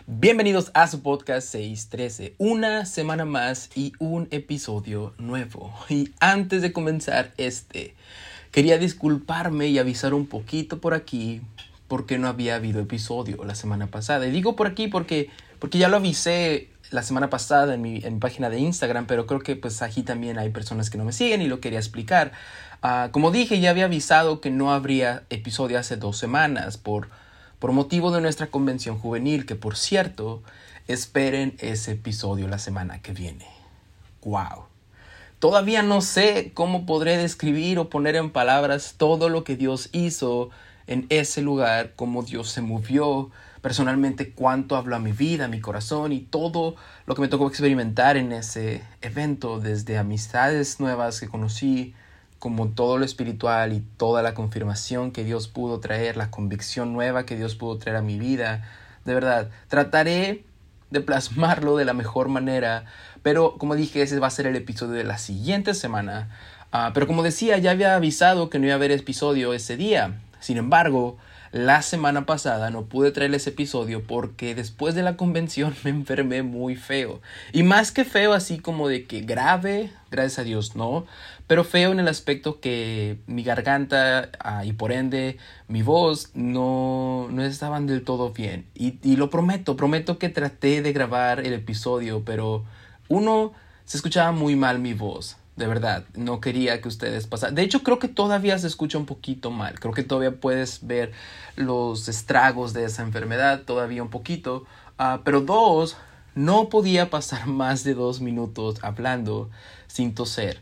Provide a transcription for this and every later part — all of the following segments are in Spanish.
Bienvenidos a su podcast 613, una semana más y un episodio nuevo. Y antes de comenzar quería disculparme y avisar un poquito por aquí porque no había habido episodio la semana pasada. Y digo por aquí porque ya lo avisé la semana pasada en mi página de Instagram, pero creo que pues aquí también hay personas que no me siguen y lo quería explicar. Como dije, ya había avisado que no habría episodio hace 2 semanas por motivo de nuestra convención juvenil, que por cierto, esperen ese episodio la semana que viene. ¡Wow! Todavía no sé cómo podré describir o poner en palabras todo lo que Dios hizo en ese lugar, cómo Dios se movió, personalmente cuánto habló a mi vida, a mi corazón y todo lo que me tocó experimentar en ese evento, desde amistades nuevas que conocí, como todo lo espiritual y toda la confirmación que Dios pudo traer, la convicción nueva que Dios pudo traer a mi vida. De verdad, trataré de plasmarlo de la mejor manera, pero como dije, ese va a ser el episodio de la siguiente semana. Pero como decía, ya había avisado que no iba a haber episodio ese día. Sin embargo, la semana pasada no pude traerles episodio porque después de la convención me enfermé muy feo. Y más que feo, así como de que grave, gracias a Dios no, pero feo en el aspecto que mi garganta y por ende mi voz no estaban del todo bien. Y lo prometo que traté de grabar el episodio, pero se escuchaba muy mal mi voz. De verdad, no quería que ustedes pasaran. De hecho, creo que todavía se escucha un poquito mal. Creo que todavía puedes ver los estragos de esa enfermedad, todavía un poquito. Pero no podía pasar más de 2 minutos hablando sin toser.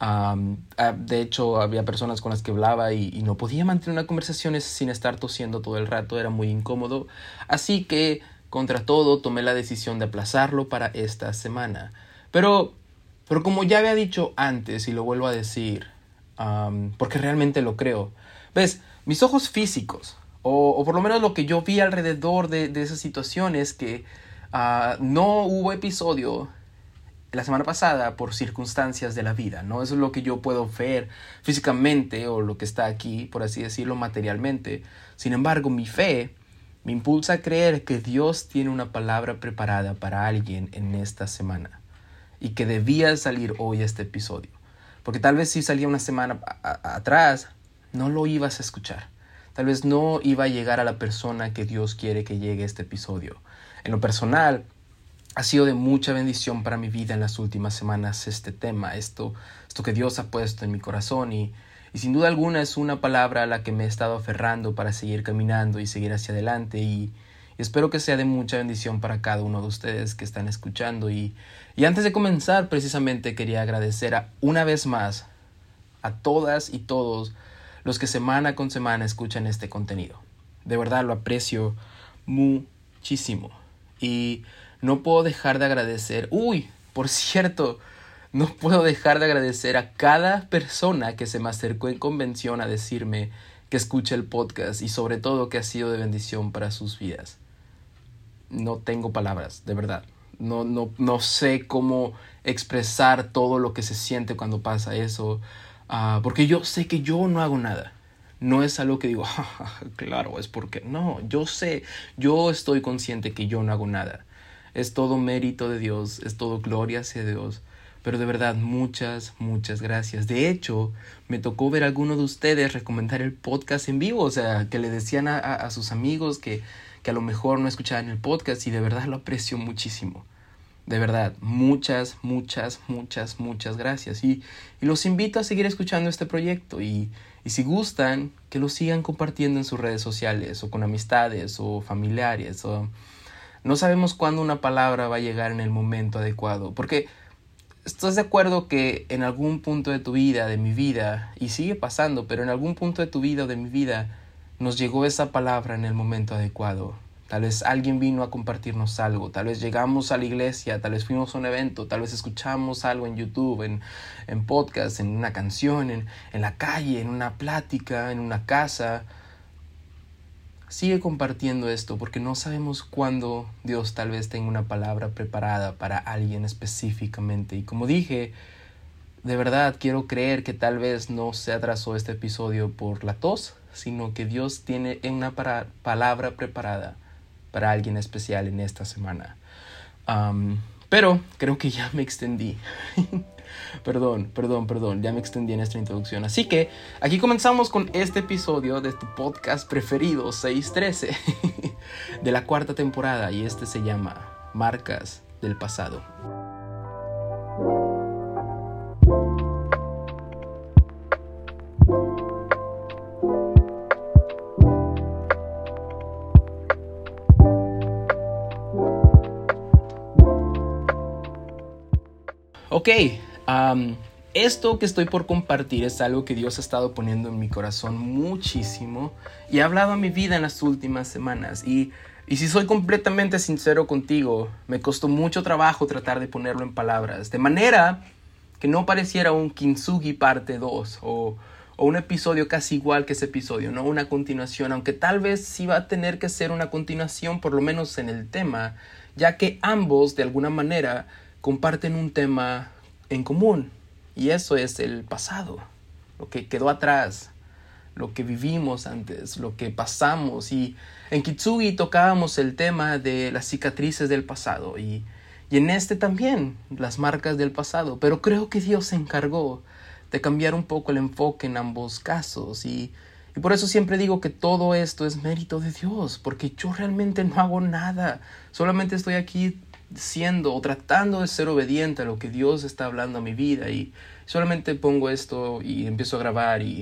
De hecho, había personas con las que hablaba y no podía mantener una conversación sin estar tosiendo todo el rato. Era muy incómodo. Así que, contra todo, tomé la decisión de aplazarlo para esta semana. Pero como ya había dicho antes y lo vuelvo a decir, porque realmente lo creo, ves, mis ojos físicos, o por lo menos lo que yo vi alrededor de esa situación es que no hubo episodio la semana pasada por circunstancias de la vida, ¿no? Eso es lo que yo puedo ver físicamente o lo que está aquí, por así decirlo, materialmente. Sin embargo, mi fe me impulsa a creer que Dios tiene una palabra preparada para alguien en esta semana. Y que debía salir hoy este episodio. Porque tal vez si salía una semana atrás, no lo ibas a escuchar. Tal vez no iba a llegar a la persona que Dios quiere que llegue este episodio. En lo personal, ha sido de mucha bendición para mi vida en las últimas semanas este tema, esto que Dios ha puesto en mi corazón y sin duda alguna es una palabra a la que me he estado aferrando para seguir caminando y seguir hacia adelante y espero que sea de mucha bendición para cada uno de ustedes que están escuchando. Y antes de comenzar, precisamente quería agradecer una vez más a todas y todos los que semana con semana escuchan este contenido. De verdad lo aprecio muchísimo. Y no puedo dejar de agradecer. Por cierto, no puedo dejar de agradecer a cada persona que se me acercó en convención a decirme que escuche el podcast y sobre todo que ha sido de bendición para sus vidas. No tengo palabras, de verdad. No sé cómo expresar todo lo que se siente cuando pasa eso. Porque yo sé que yo no hago nada. No es algo que digo, claro, es porque... No, yo estoy consciente que yo no hago nada. Es todo mérito de Dios, es todo gloria hacia Dios. Pero de verdad, muchas gracias. De hecho, me tocó ver a alguno de ustedes recomendar el podcast en vivo. O sea, que le decían a sus amigos que a lo mejor no escuchaban el podcast y de verdad lo aprecio muchísimo. De verdad, muchas gracias. Y los invito a seguir escuchando este proyecto y si gustan, que lo sigan compartiendo en sus redes sociales o con amistades o familiares. No sabemos cuándo una palabra va a llegar en el momento adecuado, porque ¿estás de acuerdo que en algún punto de tu vida, de mi vida, y sigue pasando, pero en algún punto de tu vida o de mi vida, nos llegó esa palabra en el momento adecuado? Tal vez alguien vino a compartirnos algo, tal vez llegamos a la iglesia, tal vez fuimos a un evento, tal vez escuchamos algo en YouTube, en podcast, en una canción, en la calle, en una plática, en una casa. Sigue compartiendo esto porque no sabemos cuándo Dios tal vez tenga una palabra preparada para alguien específicamente. Y como dije, de verdad quiero creer que tal vez no se atrasó este episodio por la tos, sino que Dios tiene una palabra preparada para alguien especial en esta semana. Pero creo que ya me extendí. Perdón, ya me extendí en esta introducción. Así que aquí comenzamos con este episodio de tu podcast preferido, 613, de la 4ª temporada, y este se llama Marcas del Pasado. Ok, esto que estoy por compartir es algo que Dios ha estado poniendo en mi corazón muchísimo y ha hablado a mi vida en las últimas semanas. Y si soy completamente sincero contigo, me costó mucho trabajo tratar de ponerlo en palabras, de manera que no pareciera un Kintsugi parte 2 o un episodio casi igual que ese episodio, no una continuación, aunque tal vez sí va a tener que ser una continuación, por lo menos en el tema, ya que ambos de alguna manera comparten un tema en común, y eso es el pasado, lo que quedó atrás, lo que vivimos antes, lo que pasamos. Y en Kintsugi tocábamos el tema de las cicatrices del pasado y en este también las marcas del pasado, pero creo que Dios se encargó de cambiar un poco el enfoque en ambos casos y por eso siempre digo que todo esto es mérito de Dios, porque yo realmente no hago nada, solamente estoy aquí siendo o tratando de ser obediente a lo que Dios está hablando a mi vida, y solamente pongo esto y empiezo a grabar y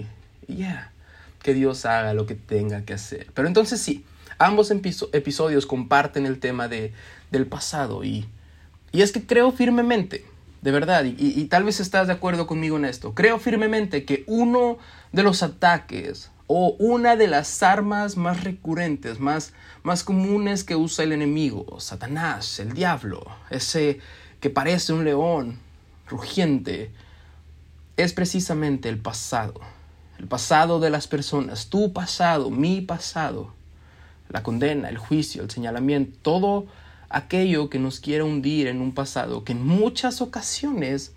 que Dios haga lo que tenga que hacer. Pero entonces sí, ambos episodios comparten el tema del pasado y es que creo firmemente, de verdad, y tal vez estás de acuerdo conmigo en esto, creo firmemente que uno de los ataques o una de las armas más recurrentes, más comunes que usa el enemigo, Satanás, el diablo, ese que parece un león rugiente, es precisamente el pasado de las personas, tu pasado, mi pasado, la condena, el juicio, el señalamiento, todo aquello que nos quiere hundir en un pasado que en muchas ocasiones,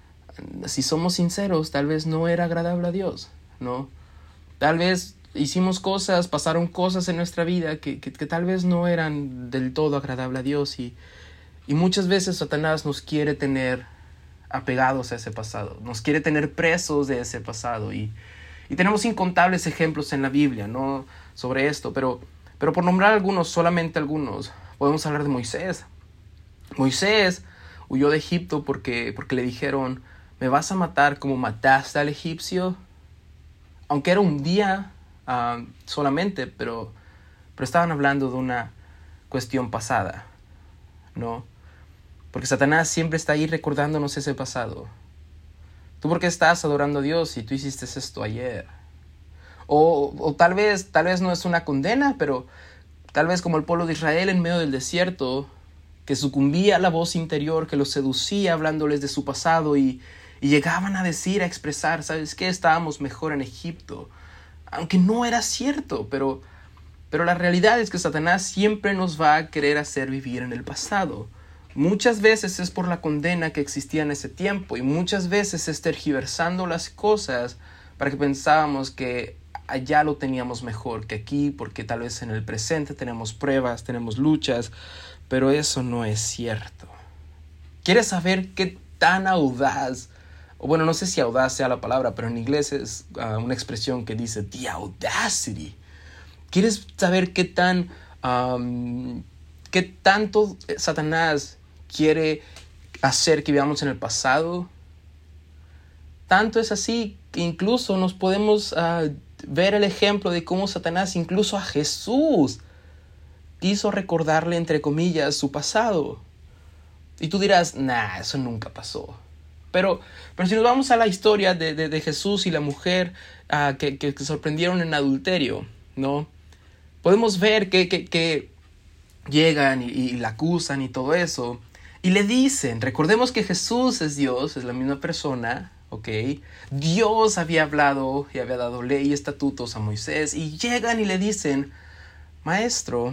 si somos sinceros, tal vez no era agradable a Dios, ¿no? Tal vez hicimos cosas, pasaron cosas en nuestra vida que tal vez no eran del todo agradables a Dios, y muchas veces Satanás nos quiere tener apegados a ese pasado, nos quiere tener presos de ese pasado, y tenemos incontables ejemplos en la Biblia, ¿no?, sobre esto, pero por nombrar algunos, solamente algunos, podemos hablar de Moisés. Moisés huyó de Egipto porque le dijeron: ¿me vas a matar como mataste al egipcio? Aunque era un día solamente, pero estaban hablando de una cuestión pasada, ¿no? Porque Satanás siempre está ahí recordándonos ese pasado. ¿Tú por qué estás adorando a Dios si tú hiciste esto ayer? O tal vez no es una condena, pero tal vez como el pueblo de Israel en medio del desierto, que sucumbía a la voz interior que los seducía hablándoles de su pasado y llegaban a decir, a expresar: ¿sabes qué? Estábamos mejor en Egipto. Aunque no era cierto, pero la realidad es que Satanás siempre nos va a querer hacer vivir en el pasado. Muchas veces es por la condena que existía en ese tiempo, y muchas veces es tergiversando las cosas para que pensábamos que allá lo teníamos mejor que aquí, porque tal vez en el presente tenemos pruebas, tenemos luchas, pero eso no es cierto. ¿Quieres saber qué tan audaz? O bueno, no sé si audaz sea la palabra, pero en inglés es una expresión que dice the audacity. ¿Quieres saber qué tanto Satanás quiere hacer que vivamos en el pasado? Tanto es así que incluso nos podemos ver el ejemplo de cómo Satanás, incluso a Jesús, quiso recordarle, entre comillas, su pasado. Y tú dirás: eso nunca pasó. Pero si nos vamos a la historia de Jesús y la mujer que sorprendieron en adulterio, ¿no? Podemos ver que llegan y la acusan y todo eso. Y le dicen, recordemos que Jesús es Dios, es la misma persona, ¿ok? Dios había hablado y había dado ley y estatutos a Moisés. Y llegan y le dicen: maestro,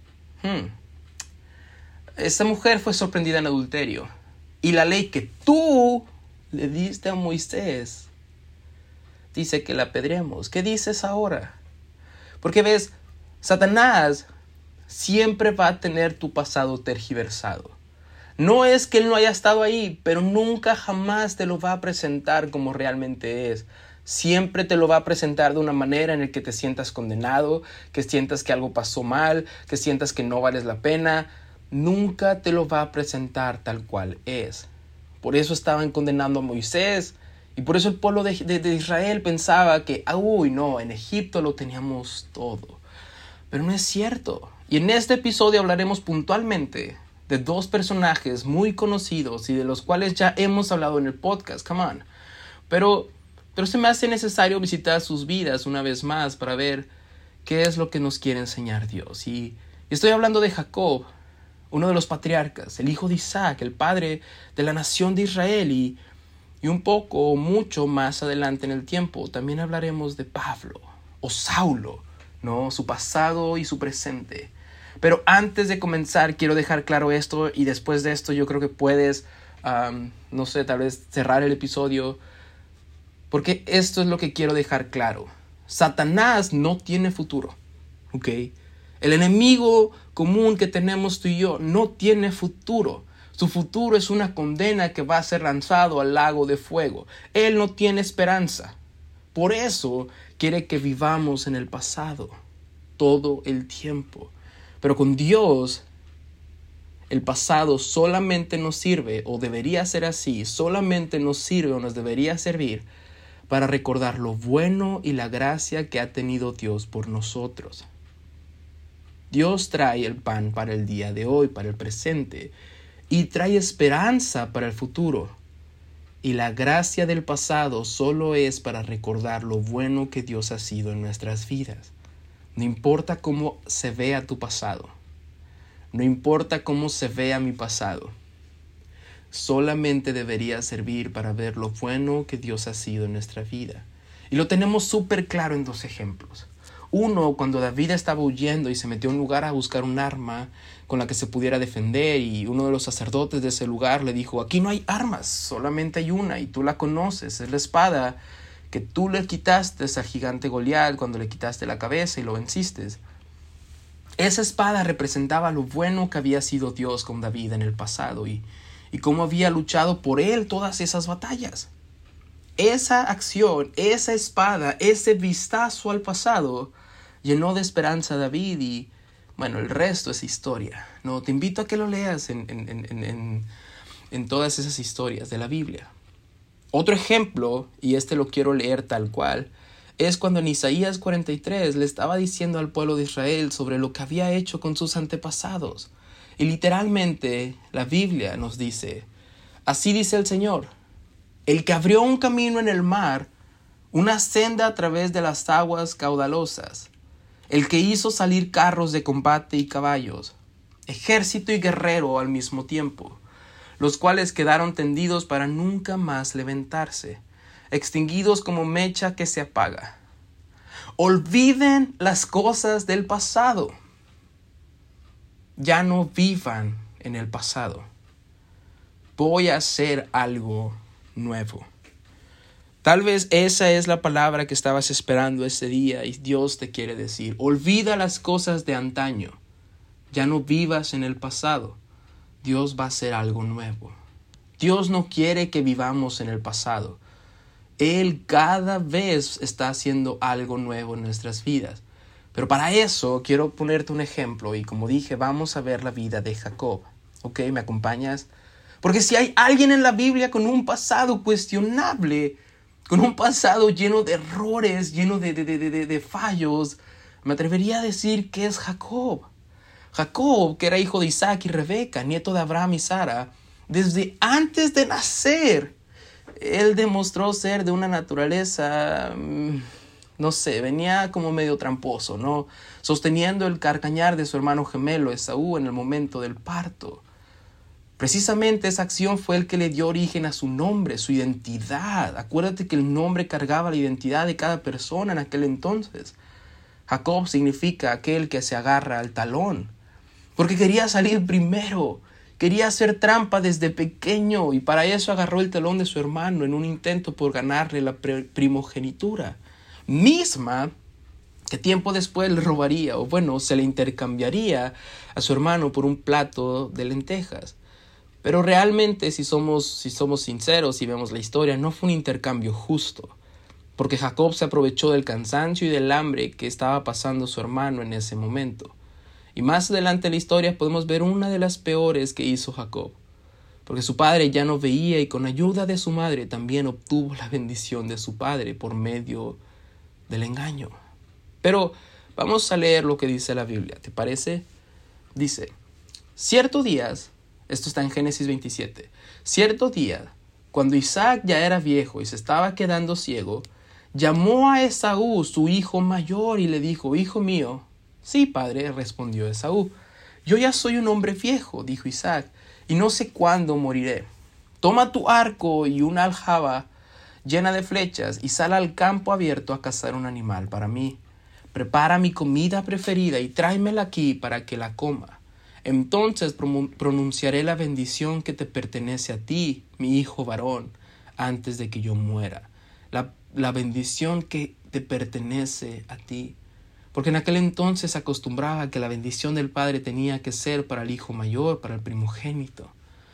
esta mujer fue sorprendida en adulterio. Y la ley que tú le diste a Moisés dice que la apedreemos. ¿Qué dices ahora? Porque ves, Satanás siempre va a tener tu pasado tergiversado. No es que Él no haya estado ahí, pero nunca jamás te lo va a presentar como realmente es. Siempre te lo va a presentar de una manera en la que te sientas condenado, que sientas que algo pasó mal, que sientas que no vales la pena. Nunca te lo va a presentar tal cual es. Por eso estaban condenando a Moisés y por eso el pueblo de Israel pensaba que, uy, no, en Egipto lo teníamos todo. Pero no es cierto. Y en este episodio hablaremos puntualmente de dos personajes muy conocidos y de los cuales ya hemos hablado en el podcast, come on. Pero se me hace necesario visitar sus vidas una vez más para ver qué es lo que nos quiere enseñar Dios. Y estoy hablando de Jacob, uno de los patriarcas, el hijo de Isaac, el padre de la nación de Israel. Y un poco o mucho más adelante en el tiempo también hablaremos de Pablo o Saulo, ¿no? Su pasado y su presente. Pero antes de comenzar quiero dejar claro esto, y después de esto yo creo que puedes, no sé, tal vez cerrar el episodio, porque esto es lo que quiero dejar claro. Satanás no tiene futuro, ¿ok? El enemigo común que tenemos tú y yo no tiene futuro. Su futuro es una condena que va a ser lanzado al lago de fuego. Él no tiene esperanza. Por eso quiere que vivamos en el pasado todo el tiempo. Pero con Dios, el pasado solamente nos sirve, o debería ser así, solamente nos sirve o nos debería servir para recordar lo bueno y la gracia que ha tenido Dios por nosotros. Dios trae el pan para el día de hoy, para el presente, y trae esperanza para el futuro. Y la gracia del pasado solo es para recordar lo bueno que Dios ha sido en nuestras vidas. No importa cómo se vea tu pasado. No importa cómo se vea mi pasado. Solamente debería servir para ver lo bueno que Dios ha sido en nuestra vida. Y lo tenemos súper claro en dos ejemplos. Uno, cuando David estaba huyendo y se metió a un lugar a buscar un arma con la que se pudiera defender, y uno de los sacerdotes de ese lugar le dijo: aquí no hay armas, solamente hay una y tú la conoces, es la espada que tú le quitaste al gigante Goliat cuando le quitaste la cabeza y lo venciste. Esa espada representaba lo bueno que había sido Dios con David en el pasado y cómo había luchado por él todas esas batallas. Esa acción, esa espada, ese vistazo al pasado llenó de esperanza a David, y bueno, el resto es historia. No, te invito a que lo leas en todas esas historias de la Biblia. Otro ejemplo, y este lo quiero leer tal cual, es cuando en Isaías 43 le estaba diciendo al pueblo de Israel sobre lo que había hecho con sus antepasados. Y literalmente la Biblia nos dice: así dice el Señor, el que abrió un camino en el mar, una senda a través de las aguas caudalosas, el que hizo salir carros de combate y caballos, ejército y guerrero al mismo tiempo, los cuales quedaron tendidos para nunca más levantarse, extinguidos como mecha que se apaga. Olviden las cosas del pasado. Ya no vivan en el pasado. Voy a hacer algo nuevo. Tal vez esa es la palabra que estabas esperando ese día, y Dios te quiere decir: olvida las cosas de antaño. Ya no vivas en el pasado. Dios va a hacer algo nuevo. Dios no quiere que vivamos en el pasado. Él cada vez está haciendo algo nuevo en nuestras vidas. Pero para eso quiero ponerte un ejemplo, y como dije, vamos a ver la vida de Jacob. ¿Ok? ¿Me acompañas? Porque si hay alguien en la Biblia con un pasado cuestionable, con un pasado lleno de errores, lleno de fallos, me atrevería a decir que es Jacob. Jacob, que era hijo de Isaac y Rebeca, nieto de Abraham y Sara, desde antes de nacer, él demostró ser de una naturaleza, no sé, venía como medio tramposo, ¿no? Sosteniendo el carcañar de su hermano gemelo Esaú en el momento del parto. Precisamente esa acción fue el que le dio origen a su nombre, su identidad. Acuérdate que el nombre cargaba la identidad de cada persona en aquel entonces. Jacob significa aquel que se agarra al talón, porque quería salir primero, quería hacer trampa desde pequeño, y para eso agarró el talón de su hermano en un intento por ganarle la primogenitura, misma que tiempo después le robaría, o bueno, se le intercambiaría a su hermano por un plato de lentejas. Pero realmente, si somos sinceros y vemos la historia, no fue un intercambio justo, porque Jacob se aprovechó del cansancio y del hambre que estaba pasando su hermano en ese momento. Y más adelante en la historia podemos ver una de las peores que hizo Jacob, porque su padre ya no veía y con ayuda de su madre también obtuvo la bendición de su padre por medio del engaño. Pero vamos a leer lo que dice la Biblia, ¿te parece? Dice, cierto día, esto está en Génesis 27, cierto día, cuando Isaac ya era viejo y se estaba quedando ciego, llamó a Esaú, su hijo mayor, y le dijo, hijo mío. Sí, padre, respondió Esaú. Yo ya soy un hombre viejo, dijo Isaac, y no sé cuándo moriré. Toma tu arco y una aljaba llena de flechas y sal al campo abierto a cazar un animal para mí. Prepara mi comida preferida y tráemela aquí para que la coma. Entonces pronunciaré la bendición que te pertenece a ti, mi hijo varón, antes de que yo muera. La bendición que te pertenece a ti. Porque en aquel entonces se acostumbraba que la bendición del padre tenía que ser para el hijo mayor, para el primogénito.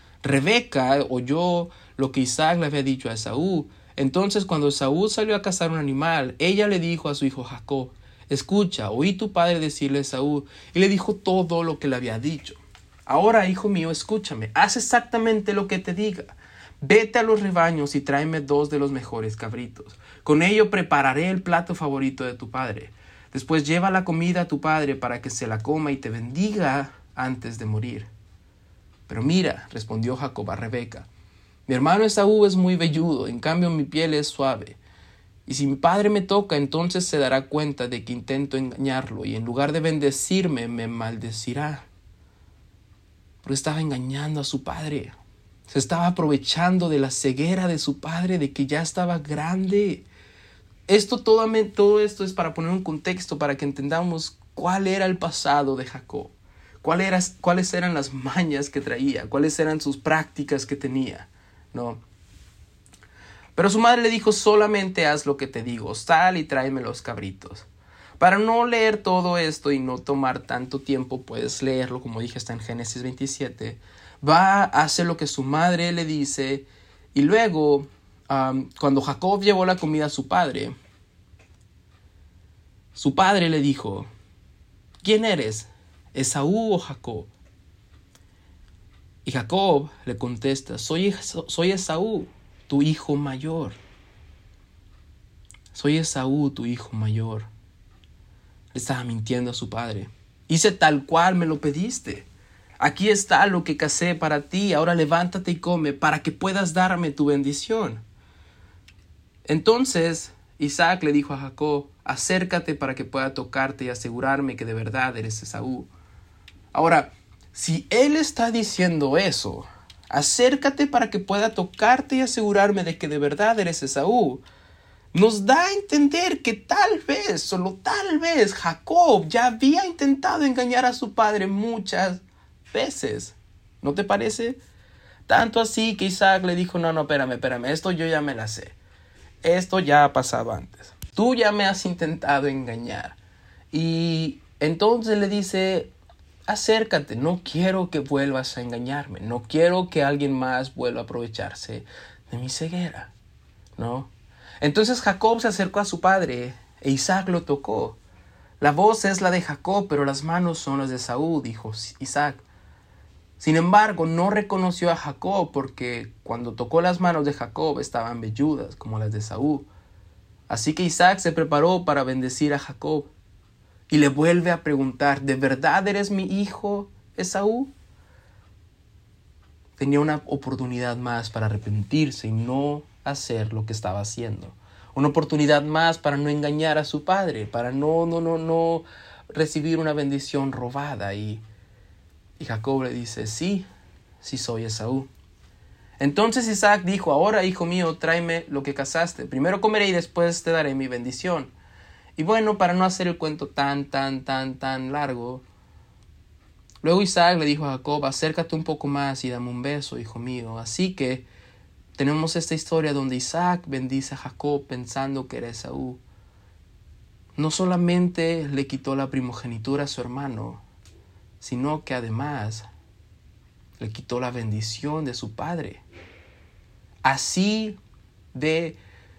Rebeca oyó lo que Isaac le había dicho a Esaú. Entonces cuando Esaú salió a cazar un animal, ella le dijo a su hijo Jacob, escucha, oí tu padre decirle a Esaú, y le dijo todo lo que le había dicho. Ahora, hijo mío, escúchame, haz exactamente lo que te diga. Vete a los rebaños y tráeme 2 de los mejores cabritos. Con ello prepararé el plato favorito de tu padre. Después lleva la comida a tu padre para que se la coma y te bendiga antes de morir. Pero mira, respondió Jacob a Rebeca, mi hermano Esaú es muy velludo, en cambio mi piel es suave. Y si mi padre me toca, entonces se dará cuenta de que intento engañarlo y en lugar de bendecirme, me maldecirá. Pero estaba engañando a su padre. Se estaba aprovechando de la ceguera de su padre, de que ya estaba grande. Todo esto es para poner un contexto, para que entendamos cuál era el pasado de Jacob. Cuáles eran las mañas que traía, cuáles eran sus prácticas que tenía, ¿no? Pero su madre le dijo, solamente haz lo que te digo, sal y tráeme los cabritos. Para no leer todo esto y no tomar tanto tiempo, puedes leerlo, como dije, está en Génesis 27. Va a hacer lo que su madre le dice, y luego, cuando Jacob llevó la comida a su padre le dijo, ¿quién eres? ¿Esaú o Jacob? Y Jacob le contesta, soy Esaú, tu hijo mayor. Soy Esaú, tu hijo mayor. Le estaba mintiendo a su padre. Hice tal cual me lo pediste. Aquí está lo que cacé para ti. Ahora levántate y come para que puedas darme tu bendición. Entonces Isaac le dijo a Jacob, acércate para que pueda tocarte y asegurarme que de verdad eres Esaú. Ahora, si él está diciendo eso, acércate para que pueda tocarte y asegurarme de que de verdad eres Esaú, nos da a entender que tal vez, solo tal vez, Jacob ya había intentado engañar a su padre muchas veces. ¿No te parece? Tanto así que Isaac le dijo, no, espérame, esto yo ya me la sé. Esto ya ha pasado antes. Tú ya me has intentado engañar. Y entonces le dice, acércate, no quiero que vuelvas a engañarme. No quiero que alguien más vuelva a aprovecharse de mi ceguera, ¿no? Entonces Jacob se acercó a su padre e Isaac lo tocó. La voz es la de Jacob, pero las manos son las de Esaú, dijo Isaac. Sin embargo, no reconoció a Jacob porque cuando tocó las manos de Jacob estaban velludas como las de Esaú. Así que Isaac se preparó para bendecir a Jacob y le vuelve a preguntar, ¿de verdad eres mi hijo Esaú? Tenía una oportunidad más para arrepentirse y no hacer lo que estaba haciendo. Una oportunidad más para no engañar a su padre, para no recibir una bendición robada. Y Jacob le dice, sí soy Esaú. Entonces Isaac dijo, ahora, hijo mío, tráeme lo que cazaste. Primero comeré y después te daré mi bendición. Y bueno, para no hacer el cuento tan largo, luego Isaac le dijo a Jacob, acércate un poco más y dame un beso, hijo mío. Así que tenemos esta historia donde Isaac bendice a Jacob pensando que era Esaú. no solamente le quitó la primogenitura a su hermano, sino que además le quitó la bendición de su padre. Así de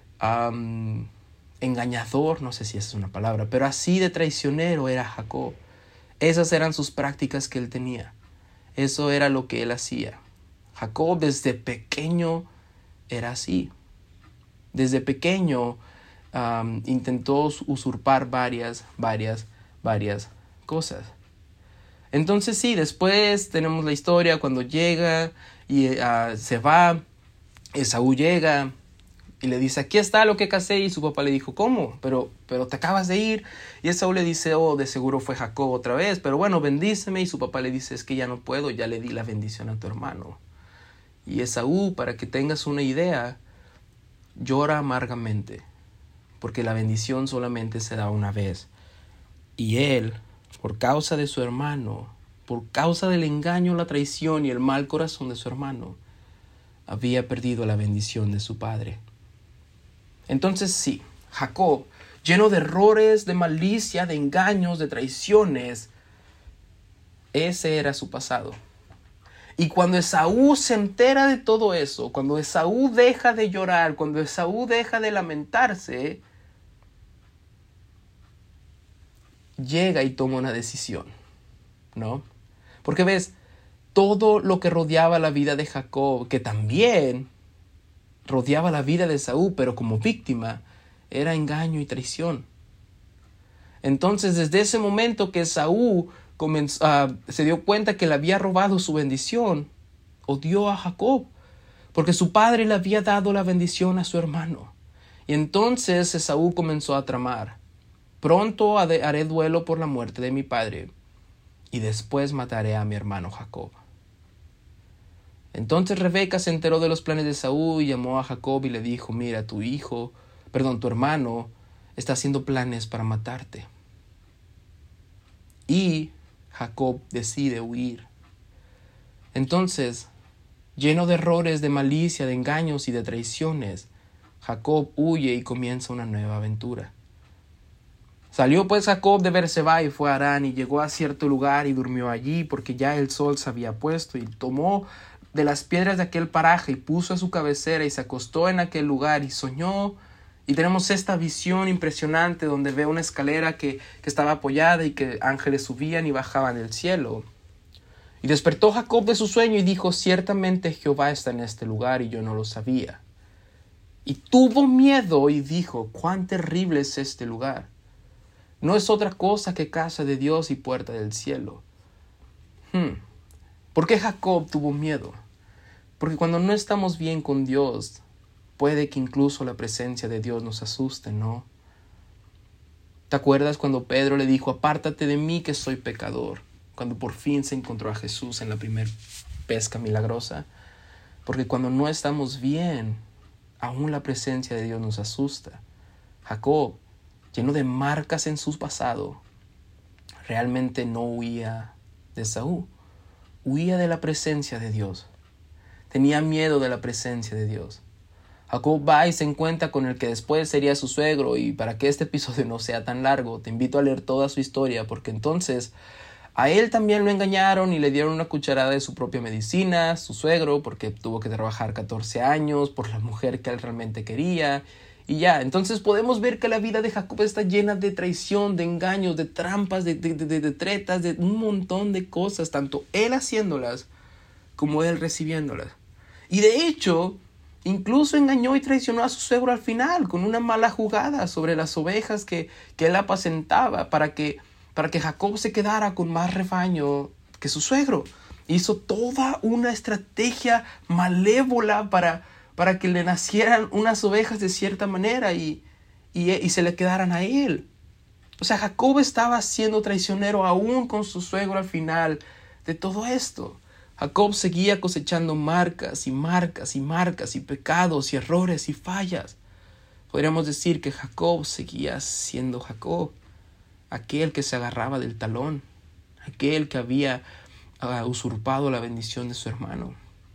engañador, no sé si esa es una palabra, pero así de traicionero era Jacob. Esas eran sus prácticas que él tenía. Eso era lo que él hacía. Jacob desde pequeño era así. Desde pequeño intentó usurpar varias cosas. Entonces sí, después tenemos la historia cuando llega y se va. Esaú llega y le dice, aquí está lo que casé. Y su papá le dijo, ¿cómo? Pero te acabas de ir. Y Esaú le dice, de seguro fue Jacob otra vez. Pero bueno, bendíceme. Y su papá le dice, es que ya no puedo, ya le di la bendición a tu hermano. Y Esaú, para que tengas una idea, llora amargamente, porque la bendición solamente se da una vez. Y él, por causa de su hermano, por causa del engaño, la traición y el mal corazón de su hermano, había perdido la bendición de su padre. Entonces sí, Jacob, lleno de errores, de malicia, de engaños, de traiciones, ese era su pasado. Y cuando Esaú se entera de todo eso, cuando Esaú deja de llorar, cuando Esaú deja de lamentarse, llega y toma una decisión, ¿no? Porque ves, todo lo que rodeaba la vida de Jacob, que también rodeaba la vida de Esaú, pero como víctima, era engaño y traición. Entonces, desde ese momento que Esaú se dio cuenta que le había robado su bendición, odió a Jacob, porque su padre le había dado la bendición a su hermano. Y entonces Esaú comenzó a tramar, pronto haré duelo por la muerte de mi padre, y después mataré a mi hermano Jacob. Entonces Rebeca se enteró de los planes de Esaú y llamó a Jacob y le dijo, mira, tu hermano está haciendo planes para matarte. Y Jacob decide huir. Entonces, lleno de errores, de malicia, de engaños y de traiciones, Jacob huye y comienza una nueva aventura. Salió pues Jacob de Beerseba y fue a Harán y llegó a cierto lugar y durmió allí porque ya el sol se había puesto y tomó de las piedras de aquel paraje y puso a su cabecera y se acostó en aquel lugar y soñó. Y tenemos esta visión impresionante donde ve una escalera que estaba apoyada y que ángeles subían y bajaban del cielo. Y despertó Jacob de su sueño y dijo, ciertamente Jehová está en este lugar y yo no lo sabía. Y tuvo miedo y dijo, cuán terrible es este lugar. No es otra cosa que casa de Dios y puerta del cielo. ¿Por qué Jacob tuvo miedo? Porque cuando no estamos bien con Dios, puede que incluso la presencia de Dios nos asuste, ¿no? ¿Te acuerdas cuando Pedro le dijo, apártate de mí que soy pecador? Cuando por fin se encontró a Jesús en la primera pesca milagrosa. Porque cuando no estamos bien, aún la presencia de Dios nos asusta. Jacob, lleno de marcas en su pasado, realmente no huía de Esaú. Huía de la presencia de Dios. Tenía miedo de la presencia de Dios. Jacob va y se encuentra con el que después sería su suegro, y para que este episodio no sea tan largo, te invito a leer toda su historia, porque entonces a él también lo engañaron y le dieron una cucharada de su propia medicina, su suegro, porque tuvo que trabajar 14 años por la mujer que él realmente quería, y ya. Entonces podemos ver que la vida de Jacob está llena de traición, de engaños, de trampas, de tretas, de un montón de cosas, tanto él haciéndolas como él recibiéndolas. Y de hecho, incluso engañó y traicionó a su suegro al final con una mala jugada sobre las ovejas que él apacentaba para que Jacob se quedara con más rebaño que su suegro. Hizo toda una estrategia malévola para que le nacieran unas ovejas de cierta manera y se le quedaran a él. O sea, Jacob estaba siendo traicionero aún con su suegro al final de todo esto. Jacob seguía cosechando marcas y marcas y marcas y pecados y errores y fallas. Podríamos decir que Jacob seguía siendo Jacob, aquel que se agarraba del talón, aquel que había usurpado la bendición de su hermano.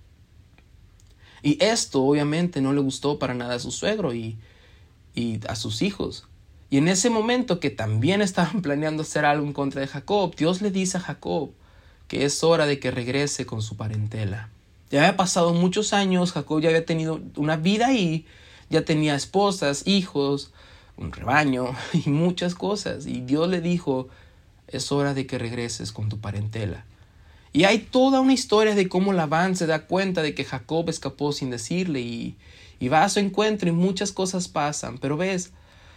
Y esto obviamente no le gustó para nada a su suegro y a sus hijos. Y en ese momento que también estaban planeando hacer algo en contra de Jacob, Dios le dice a Jacob que es hora de que regrese con su parentela. Ya había pasado muchos años, Jacob ya había tenido una vida ahí, ya tenía esposas, hijos, un rebaño y muchas cosas. Y Dios le dijo, es hora de que regreses con tu parentela. Y hay toda una historia de cómo Labán se da cuenta de que Jacob escapó sin decirle y va a su encuentro y muchas cosas pasan. Pero ves,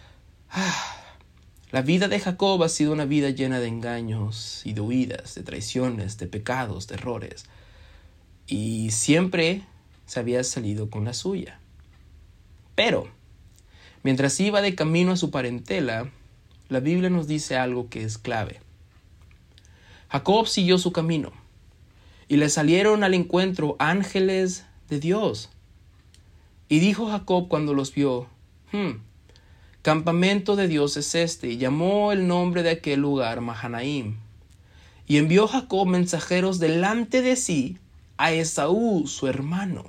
la vida de Jacob ha sido una vida llena de engaños y de huidas, de traiciones, de pecados, de errores. Y siempre se había salido con la suya. Pero, mientras iba de camino a su parentela, la Biblia nos dice algo que es clave. Jacob siguió su camino y le salieron al encuentro ángeles de Dios. Y dijo Jacob cuando los vio, campamento de Dios es este, y llamó el nombre de aquel lugar Mahanaim. Y envió Jacob mensajeros delante de sí a Esaú, su hermano,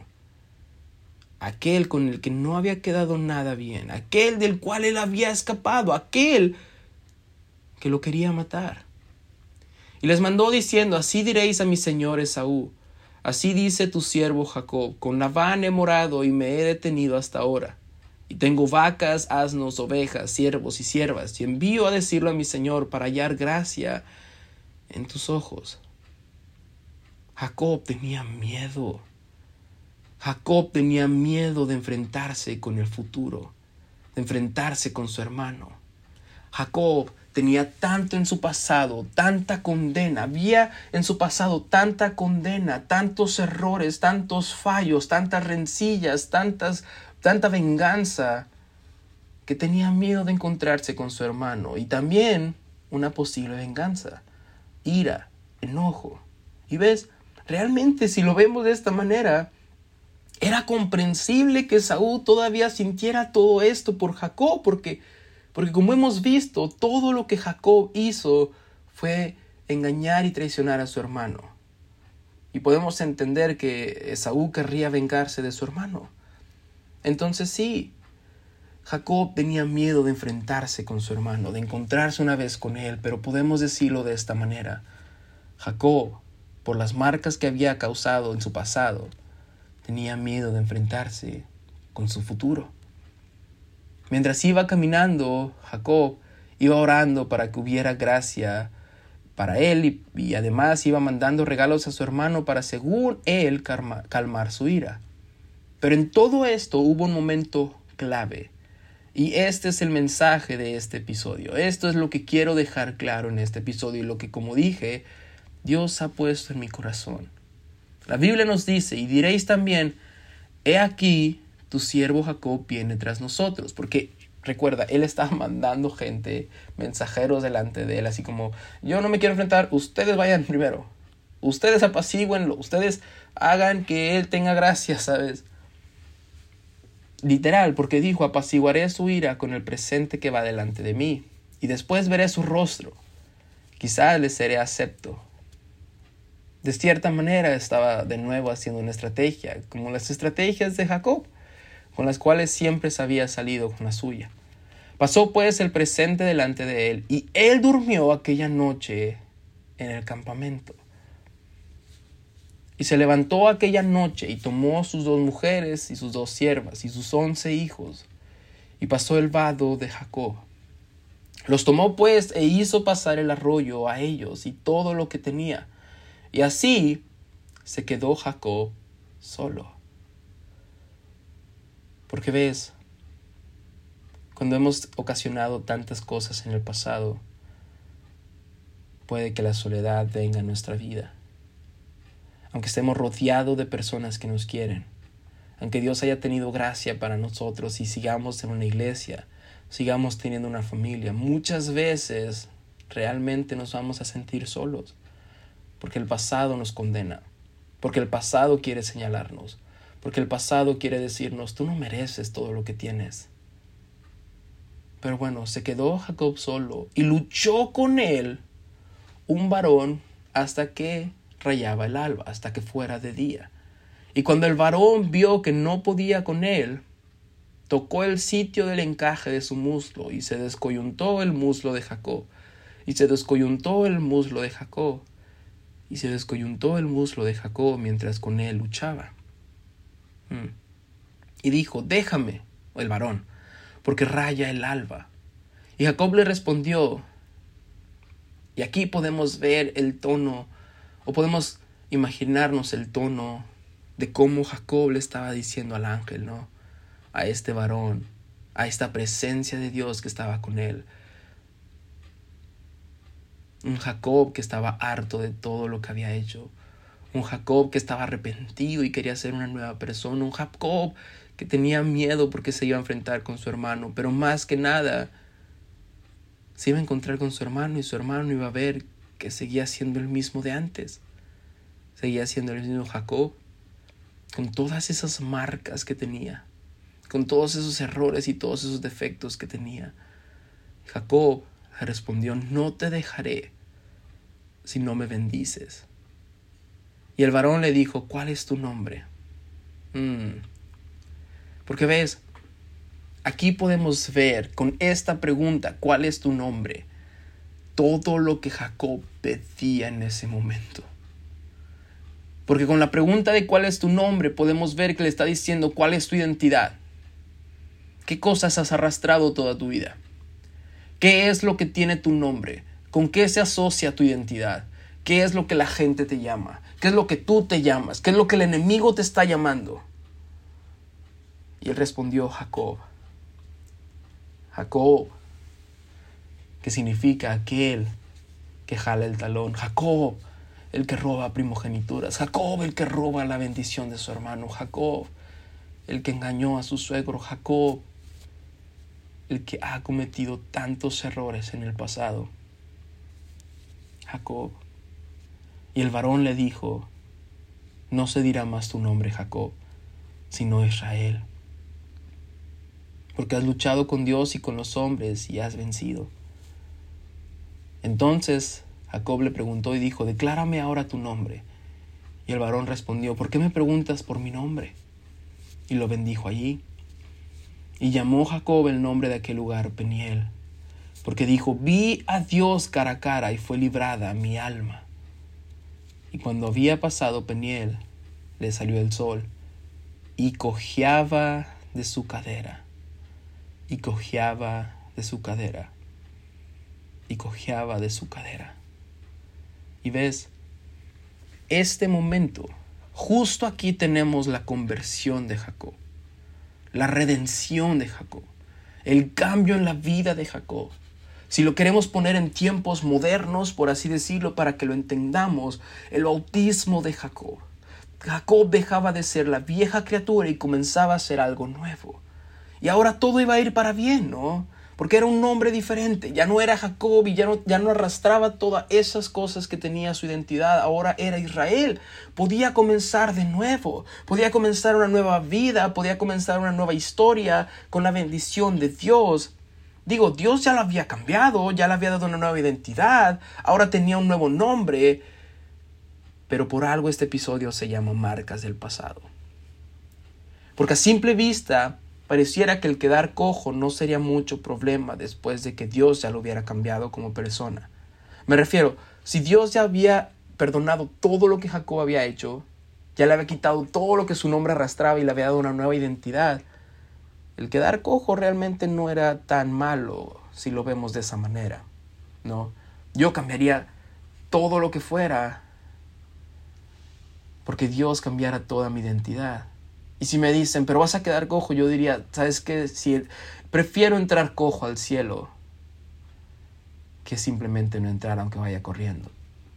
aquel con el que no había quedado nada bien, aquel del cual él había escapado, aquel que lo quería matar. Y les mandó diciendo, así diréis a mi señor Esaú, así dice tu siervo Jacob, con Labán he morado y me he detenido hasta ahora. Y tengo vacas, asnos, ovejas, siervos y siervas, y envío a decirlo a mi señor para hallar gracia en tus ojos. Jacob tenía miedo. Jacob tenía miedo de enfrentarse con el futuro, de enfrentarse con su hermano. Jacob tenía tanto en su pasado, tanta condena, había en su pasado tanta condena, tantos errores, tantos fallos, tantas rencillas, tanta venganza, que tenía miedo de encontrarse con su hermano y también una posible venganza, ira, enojo. Y ves, realmente si lo vemos de esta manera, era comprensible que Esaú todavía sintiera todo esto por Jacob, porque como hemos visto, todo lo que Jacob hizo fue engañar y traicionar a su hermano. Y podemos entender que Esaú querría vengarse de su hermano. Entonces sí, Jacob tenía miedo de enfrentarse con su hermano, de encontrarse una vez con él, pero podemos decirlo de esta manera. Jacob, por las marcas que había causado en su pasado, tenía miedo de enfrentarse con su futuro. Mientras iba caminando, Jacob iba orando para que hubiera gracia para él y además iba mandando regalos a su hermano para, según él, calmar su ira. Pero en todo esto hubo un momento clave. Y este es el mensaje de este episodio. Esto es lo que quiero dejar claro en este episodio y lo que, como dije, Dios ha puesto en mi corazón. La Biblia nos dice, y diréis también, he aquí, tu siervo Jacob viene tras nosotros. Porque, recuerda, él estaba mandando gente, mensajeros delante de él, así como, yo no me quiero enfrentar, ustedes vayan primero. Ustedes apacíguenlo, ustedes hagan que él tenga gracia, ¿sabes? Literal, porque dijo, apaciguaré su ira con el presente que va delante de mí, y después veré su rostro. Quizás le seré acepto. De cierta manera estaba de nuevo haciendo una estrategia, como las estrategias de Jacob, con las cuales siempre se había salido con la suya. Pasó pues el presente delante de él, y él durmió aquella noche en el campamento. Y se levantó aquella noche y tomó sus 2 mujeres y sus 2 siervas y sus 11 hijos, y pasó el vado de Jacob. Los tomó pues e hizo pasar el arroyo a ellos y todo lo que tenía, y así se quedó Jacob solo. Porque ves, cuando hemos ocasionado tantas cosas en el pasado, puede que la soledad venga a nuestra vida. Aunque estemos rodeados de personas que nos quieren, aunque Dios haya tenido gracia para nosotros y sigamos en una iglesia, sigamos teniendo una familia, muchas veces realmente nos vamos a sentir solos, porque el pasado nos condena, porque el pasado quiere señalarnos, porque el pasado quiere decirnos, tú no mereces todo lo que tienes. Pero bueno, se quedó Jacob solo y luchó con él un varón hasta que rayaba el alba, hasta que fuera de día. Y cuando el varón vio que no podía con él, tocó el sitio del encaje de su muslo, y se descoyuntó el muslo de Jacob. Y se descoyuntó el muslo de Jacob. Y se descoyuntó el muslo de Jacob mientras con él luchaba. Y dijo: déjame, el varón, porque raya el alba. Y Jacob le respondió, y aquí podemos ver el tono, o podemos imaginarnos el tono de cómo Jacob le estaba diciendo al ángel, ¿no? A este varón, a esta presencia de Dios que estaba con él. Un Jacob que estaba harto de todo lo que había hecho. Un Jacob que estaba arrepentido y quería ser una nueva persona. Un Jacob que tenía miedo porque se iba a enfrentar con su hermano. Pero más que nada, se iba a encontrar con su hermano y su hermano iba a ver que seguía siendo el mismo de antes. Seguía siendo el mismo Jacob, con todas esas marcas que tenía, con todos esos errores y todos esos defectos que tenía. Jacob le respondió: no te dejaré si no me bendices. Y el varón le dijo: ¿cuál es tu nombre? Porque ves, aquí podemos ver con esta pregunta, ¿cuál es tu nombre?, todo lo que Jacob pedía en ese momento. Porque con la pregunta de cuál es tu nombre podemos ver que le está diciendo cuál es tu identidad. ¿Qué cosas has arrastrado toda tu vida? ¿Qué es lo que tiene tu nombre? ¿Con qué se asocia tu identidad? ¿Qué es lo que la gente te llama? ¿Qué es lo que tú te llamas? ¿Qué es lo que el enemigo te está llamando? Y él respondió: Jacob. Jacob, que significa aquel que jala el talón. Jacob, el que roba primogenituras. Jacob, el que roba la bendición de su hermano. Jacob, el que engañó a su suegro. Jacob, el que ha cometido tantos errores en el pasado. Jacob. Y el varón le dijo: no se dirá más tu nombre Jacob, sino Israel, porque has luchado con Dios y con los hombres y has vencido. Entonces Jacob le preguntó y dijo: declárame ahora tu nombre. Y el varón respondió: ¿por qué me preguntas por mi nombre? Y lo bendijo allí. Y llamó Jacob el nombre de aquel lugar Peniel, porque dijo: vi a Dios cara a cara y fue librada mi alma. Y cuando había pasado Peniel, le salió el sol y cojeaba de su cadera, y cojeaba de su cadera, y cojeaba de su cadera. Y ves, este momento, justo aquí tenemos la conversión de Jacob, la redención de Jacob, el cambio en la vida de Jacob. Si lo queremos poner en tiempos modernos, por así decirlo, para que lo entendamos, el bautismo de Jacob. Jacob dejaba de ser la vieja criatura y comenzaba a ser algo nuevo. Y ahora todo iba a ir para bien, ¿no? Porque era un nombre diferente. Ya no era Jacob y ya no arrastraba todas esas cosas que tenía su identidad. Ahora era Israel. Podía comenzar de nuevo. Podía comenzar una nueva vida. Podía comenzar una nueva historia con la bendición de Dios. Digo, Dios ya lo había cambiado, ya le había dado una nueva identidad, ahora tenía un nuevo nombre, pero por algo este episodio se llama Marcas del Pasado. Porque a simple vista pareciera que el quedar cojo no sería mucho problema después de que Dios ya lo hubiera cambiado como persona. Me refiero, si Dios ya había perdonado todo lo que Jacob había hecho, ya le había quitado todo lo que su nombre arrastraba y le había dado una nueva identidad, el quedar cojo realmente no era tan malo si lo vemos de esa manera, ¿no? Yo cambiaría todo lo que fuera porque Dios cambiara toda mi identidad. Y si me dicen, pero vas a quedar cojo, yo diría, ¿sabes qué? Prefiero entrar cojo al cielo que simplemente no entrar aunque vaya corriendo.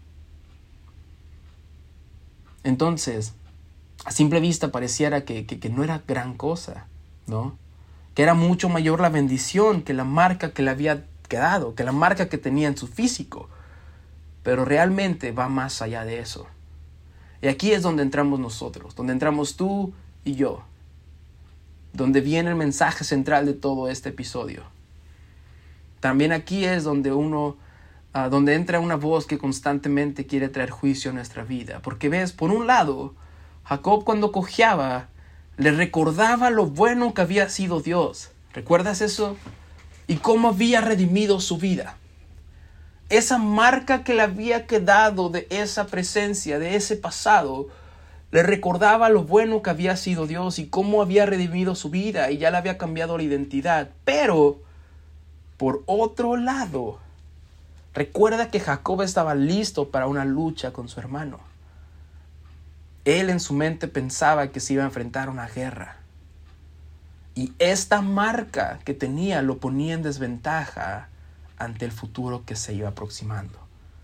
Entonces, a simple vista pareciera que no era gran cosa, ¿no? Que era mucho mayor la bendición que la marca que le había quedado, que la marca que tenía en su físico. Pero realmente va más allá de eso. Y aquí es donde entramos nosotros, donde entramos tú y yo. Donde viene el mensaje central de todo este episodio. También aquí es donde donde entra una voz que constantemente quiere traer juicio a nuestra vida. Porque ves, por un lado, Jacob cuando cojeaba, Le recordaba lo bueno que había sido Dios. ¿Recuerdas eso? Y cómo había redimido su vida. Esa marca que le había quedado de esa presencia, de ese pasado, le recordaba lo bueno que había sido Dios y cómo había redimido su vida y ya le había cambiado la identidad. Pero, por otro lado, recuerda que Jacob estaba listo para una lucha con su hermano. Él en su mente pensaba que se iba a enfrentar a una guerra. Y esta marca que tenía lo ponía en desventaja ante el futuro que se iba aproximando.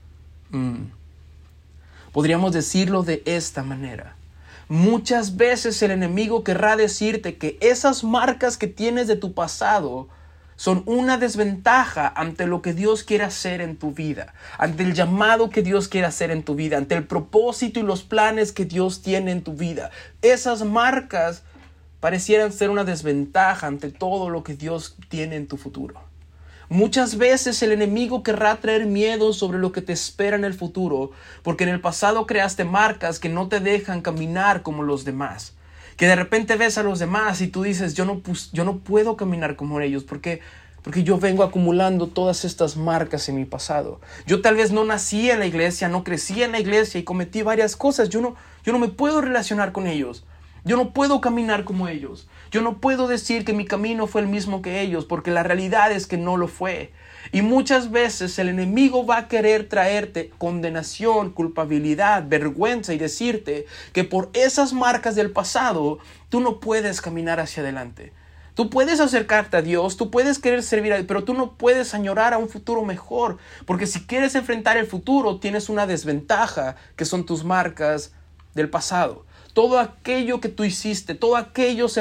Podríamos decirlo de esta manera. Muchas veces el enemigo querrá decirte que esas marcas que tienes de tu pasado son una desventaja ante lo que Dios quiere hacer en tu vida, ante el llamado que Dios quiere hacer en tu vida, ante el propósito y los planes que Dios tiene en tu vida. Esas marcas parecieran ser una desventaja ante todo lo que Dios tiene en tu futuro. Muchas veces el enemigo querrá traer miedo sobre lo que te espera en el futuro, porque en el pasado creaste marcas que no te dejan caminar como los demás. Que de repente ves a los demás y tú dices, yo no puedo caminar como ellos, porque yo vengo acumulando todas estas marcas en mi pasado. Yo tal vez no nací en la iglesia, no crecí en la iglesia y cometí varias cosas. Yo no me puedo relacionar con ellos. Yo no puedo caminar como ellos. Yo no puedo decir que mi camino fue el mismo que ellos, porque la realidad es que no lo fue. Y muchas veces el enemigo va a querer traerte condenación, culpabilidad, vergüenza y decirte que por esas marcas del pasado tú no puedes caminar hacia adelante. Tú puedes acercarte a Dios, tú puedes querer servir a Dios, pero tú no puedes añorar a un futuro mejor, porque si quieres enfrentar el futuro tienes una desventaja que son tus marcas del pasado. Todo aquello que tú hiciste, todos aquellos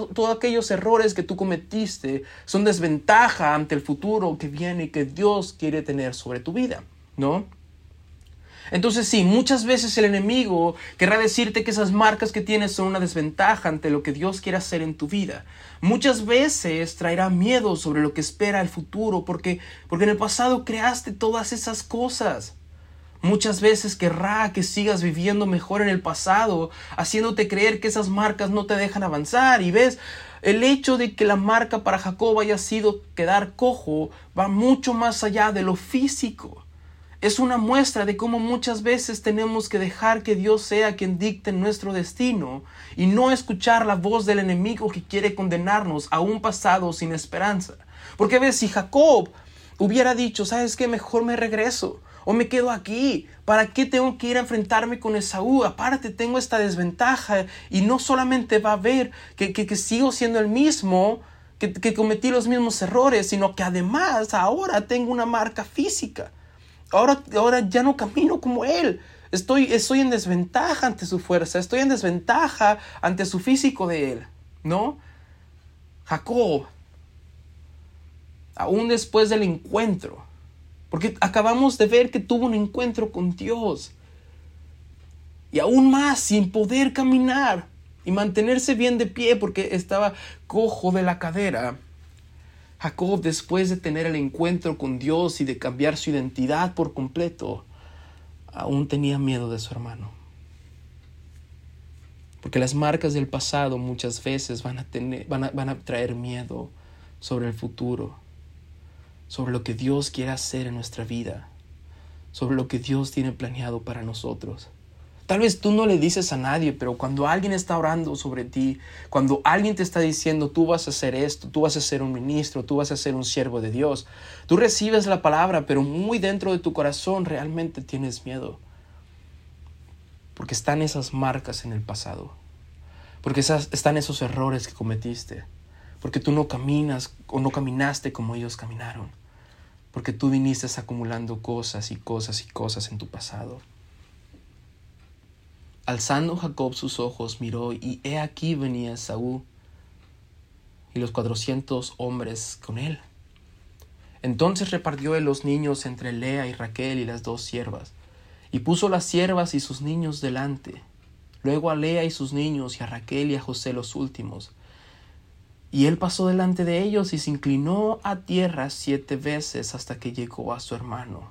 errores que tú cometiste son desventaja ante el futuro que viene y que Dios quiere tener sobre tu vida, ¿no? Entonces sí, muchas veces el enemigo querrá decirte que esas marcas que tienes son una desventaja ante lo que Dios quiere hacer en tu vida. Muchas veces traerá miedo sobre lo que espera el futuro porque en el pasado creaste todas esas cosas. Muchas veces querrá que sigas viviendo mejor en el pasado, haciéndote creer que esas marcas no te dejan avanzar. Y ves, el hecho de que la marca para Jacob haya sido quedar cojo va mucho más allá de lo físico. Es una muestra de cómo muchas veces tenemos que dejar que Dios sea quien dicte nuestro destino y no escuchar la voz del enemigo que quiere condenarnos a un pasado sin esperanza. Porque ves, si Jacob hubiera dicho, ¿sabes qué? Mejor me regreso. O me quedo aquí. ¿Para qué tengo que ir a enfrentarme con Esaú? Aparte tengo esta desventaja y no solamente va a ver que sigo siendo el mismo, que cometí los mismos errores, sino que además ahora tengo una marca física. Ahora ya no camino como él. Estoy en desventaja ante su fuerza. Estoy en desventaja ante su físico de él, ¿no? Jacob, aún después del encuentro, porque acabamos de ver que tuvo un encuentro con Dios. Y aún más, sin poder caminar y mantenerse bien de pie porque estaba cojo de la cadera. Jacob, después de tener el encuentro con Dios y de cambiar su identidad por completo, aún tenía miedo de su hermano. Porque las marcas del pasado muchas veces van a traer miedo sobre el futuro, sobre lo que Dios quiere hacer en nuestra vida, sobre lo que Dios tiene planeado para nosotros. Tal vez tú no le dices a nadie, pero cuando alguien está orando sobre ti, cuando alguien te está diciendo tú vas a hacer esto, tú vas a ser un ministro, tú vas a ser un siervo de Dios, tú recibes la palabra, pero muy dentro de tu corazón realmente tienes miedo. Porque están esas marcas en el pasado, porque están esos errores que cometiste, porque tú no caminas o no caminaste como ellos caminaron, porque tú viniste acumulando cosas y cosas y cosas en tu pasado. Alzando Jacob sus ojos, miró, y he aquí venía Esaú y los 400 hombres con él. Entonces repartió él los niños entre Lea y Raquel y las 2 siervas, y puso las siervas y sus niños delante, luego a Lea y sus niños, y a Raquel y a José los últimos. Y él pasó delante de ellos y se inclinó a tierra 7 veces hasta que llegó a su hermano.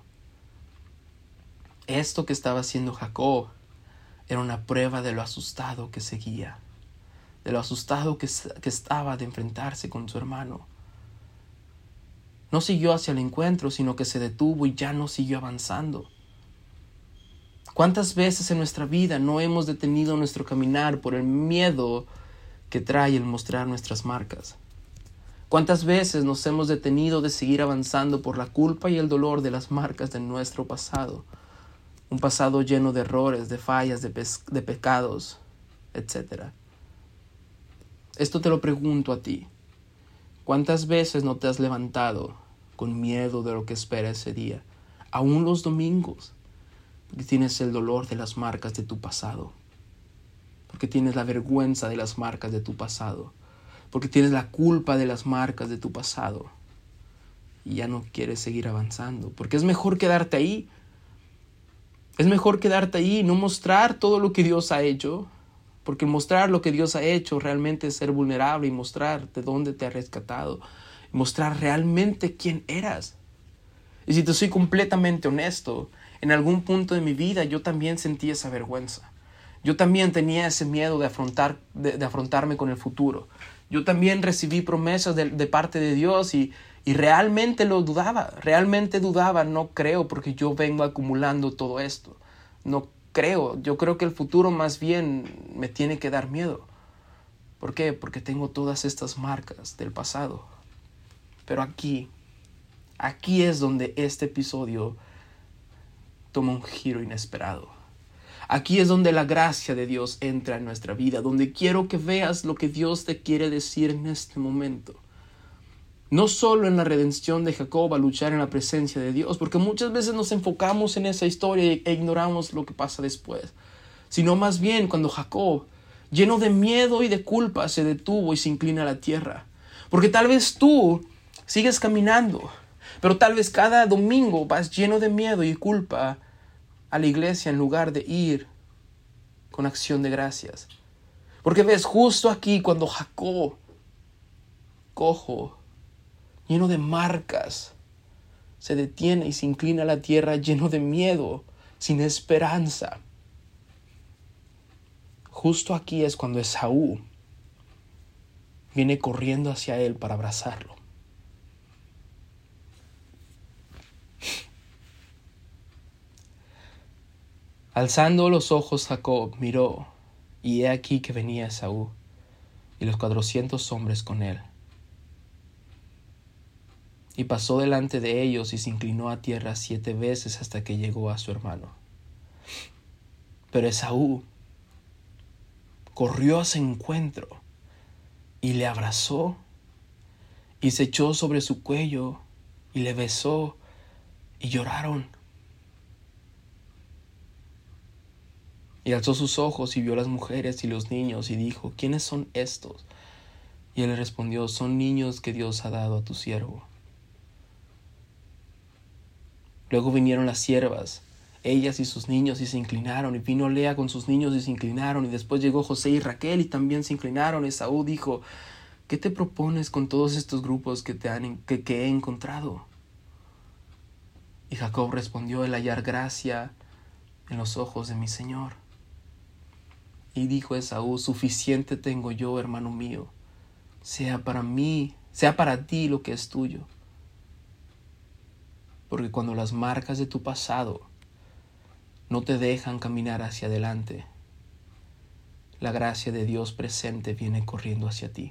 Esto que estaba haciendo Jacob era una prueba de lo asustado que seguía, de lo asustado que estaba de enfrentarse con su hermano. No siguió hacia el encuentro, sino que se detuvo y ya no siguió avanzando. ¿Cuántas veces en nuestra vida no hemos detenido nuestro caminar por el miedo que trae el mostrar nuestras marcas? ¿Cuántas veces nos hemos detenido de seguir avanzando por la culpa y el dolor de las marcas de nuestro pasado? Un pasado lleno de errores, de fallas, de pecados, etc. Esto te lo pregunto a ti. ¿Cuántas veces no te has levantado con miedo de lo que espera ese día? Aún los domingos, porque tienes el dolor de las marcas de tu pasado. Porque tienes la vergüenza de las marcas de tu pasado. Porque tienes la culpa de las marcas de tu pasado. Y ya no quieres seguir avanzando. Porque es mejor quedarte ahí. Es mejor quedarte ahí y no mostrar todo lo que Dios ha hecho. Porque mostrar lo que Dios ha hecho realmente es ser vulnerable y mostrar de dónde te ha rescatado. Mostrar realmente quién eras. Y si te soy completamente honesto, en algún punto de mi vida yo también sentí esa vergüenza. Yo también tenía ese miedo de afrontarme con el futuro. Yo también recibí promesas de parte de Dios y realmente lo dudaba. Realmente dudaba, no creo, porque yo vengo acumulando todo esto. No creo, yo creo que el futuro más bien me tiene que dar miedo. ¿Por qué? Porque tengo todas estas marcas del pasado. Pero aquí es donde este episodio toma un giro inesperado. Aquí es donde la gracia de Dios entra en nuestra vida, donde quiero que veas lo que Dios te quiere decir en este momento. No solo en la redención de Jacob a luchar en la presencia de Dios, porque muchas veces nos enfocamos en esa historia e ignoramos lo que pasa después, sino más bien cuando Jacob, lleno de miedo y de culpa, se detuvo y se inclina a la tierra. Porque tal vez tú sigues caminando, pero tal vez cada domingo vas lleno de miedo y culpa a la iglesia en lugar de ir con acción de gracias. Porque ves, justo aquí cuando Jacob, cojo, lleno de marcas, se detiene y se inclina a la tierra lleno de miedo, sin esperanza. Justo aquí es cuando Esaú viene corriendo hacia él para abrazarlo. Alzando los ojos Jacob miró, y he aquí que venía Esaú, y los 400 hombres con él. Y pasó delante de ellos y se inclinó a tierra 7 veces hasta que llegó a su hermano. Pero Esaú corrió a su encuentro y le abrazó y se echó sobre su cuello y le besó y lloraron. Y alzó sus ojos y vio a las mujeres y los niños y dijo, ¿quiénes son estos? Y él le respondió, son niños que Dios ha dado a tu siervo. Luego vinieron las siervas, ellas y sus niños, y se inclinaron. Y vino Lea con sus niños y se inclinaron. Y después llegó José y Raquel y también se inclinaron. Esaú dijo, ¿qué te propones con todos estos grupos que he encontrado? Y Jacob respondió, el hallar gracia en los ojos de mi Señor. Y dijo Esaú, suficiente tengo yo, hermano mío, sea para ti lo que es tuyo. Porque cuando las marcas de tu pasado no te dejan caminar hacia adelante, la gracia de Dios presente viene corriendo hacia ti.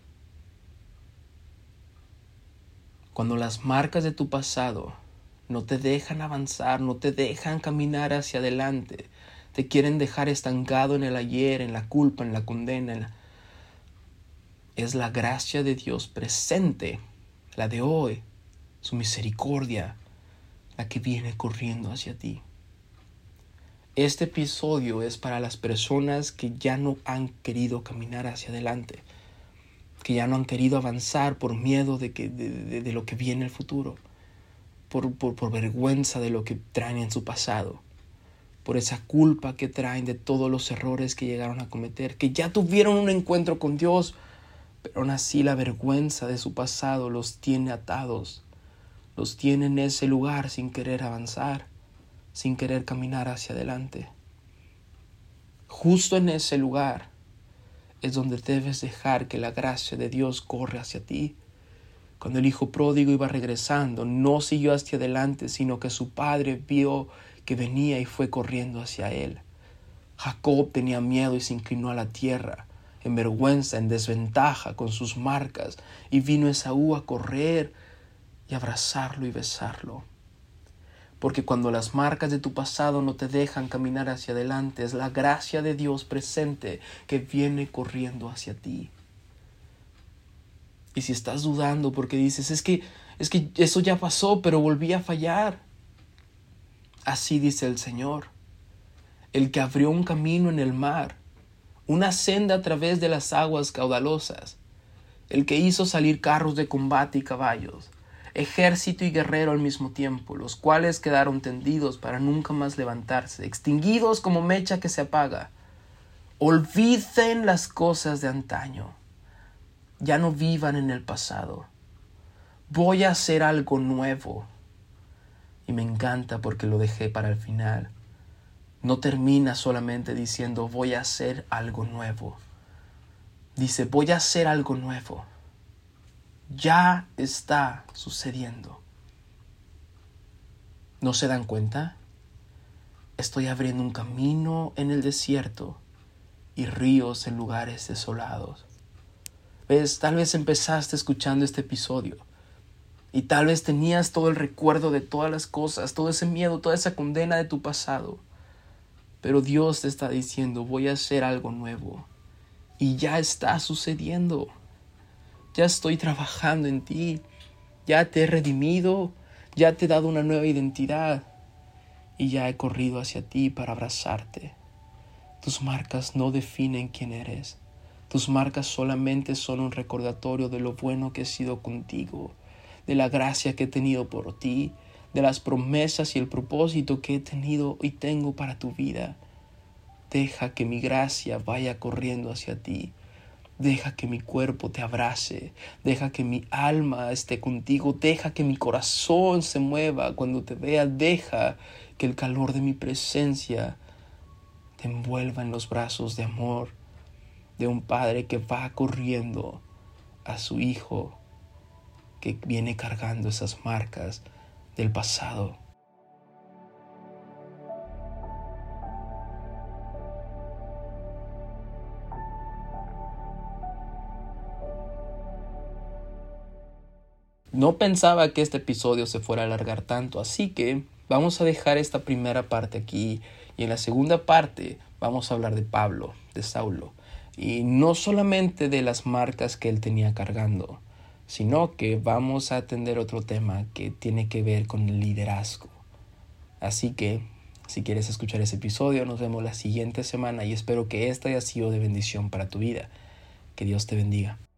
Cuando las marcas de tu pasado no te dejan avanzar, no te dejan caminar hacia adelante, te quieren dejar estancado en el ayer, en la culpa, en la condena, es la gracia de Dios presente, la de hoy, su misericordia, la que viene corriendo hacia ti. Este episodio es para las personas que ya no han querido caminar hacia adelante, que ya no han querido avanzar por miedo de lo que viene en el futuro, por vergüenza de lo que traen en su pasado, por esa culpa que traen de todos los errores que llegaron a cometer, que ya tuvieron un encuentro con Dios, pero aún así la vergüenza de su pasado los tiene atados, los tiene en ese lugar sin querer avanzar, sin querer caminar hacia adelante. Justo en ese lugar es donde debes dejar que la gracia de Dios corra hacia ti. Cuando el hijo pródigo iba regresando, no siguió hacia adelante, sino que su padre vio que venía y fue corriendo hacia él. Jacob tenía miedo y se inclinó a la tierra, en vergüenza, en desventaja, con sus marcas, y vino Esaú a correr y abrazarlo y besarlo. Porque cuando las marcas de tu pasado no te dejan caminar hacia adelante, es la gracia de Dios presente que viene corriendo hacia ti. Y si estás dudando porque dices, es que eso ya pasó, pero volví a fallar. Así dice el Señor, el que abrió un camino en el mar, una senda a través de las aguas caudalosas, el que hizo salir carros de combate y caballos, ejército y guerrero al mismo tiempo, los cuales quedaron tendidos para nunca más levantarse, extinguidos como mecha que se apaga. Olviden las cosas de antaño, ya no vivan en el pasado. Voy a hacer algo nuevo. Y me encanta porque lo dejé para el final. No termina solamente diciendo voy a hacer algo nuevo. Dice voy a hacer algo nuevo. Ya está sucediendo. ¿No se dan cuenta? Estoy abriendo un camino en el desierto y ríos en lugares desolados. ¿Ves? Tal vez empezaste escuchando este episodio y tal vez tenías todo el recuerdo de todas las cosas, todo ese miedo, toda esa condena de tu pasado. Pero Dios te está diciendo, voy a hacer algo nuevo. Y ya está sucediendo. Ya estoy trabajando en ti. Ya te he redimido. Ya te he dado una nueva identidad. Y ya he corrido hacia ti para abrazarte. Tus marcas no definen quién eres. Tus marcas solamente son un recordatorio de lo bueno que he sido contigo, de la gracia que he tenido por ti, de las promesas y el propósito que he tenido y tengo para tu vida. Deja que mi gracia vaya corriendo hacia ti. Deja que mi cuerpo te abrace. Deja que mi alma esté contigo. Deja que mi corazón se mueva cuando te vea. Deja que el calor de mi presencia te envuelva en los brazos de amor de un padre que va corriendo a su hijo que viene cargando esas marcas del pasado. No pensaba que este episodio se fuera a alargar tanto, así que vamos a dejar esta primera parte aquí y en la segunda parte vamos a hablar de Pablo, de Saulo, y no solamente de las marcas que él tenía cargando, sino que vamos a atender otro tema que tiene que ver con el liderazgo. Así que, si quieres escuchar ese episodio, nos vemos la siguiente semana y espero que esta haya sido de bendición para tu vida. Que Dios te bendiga.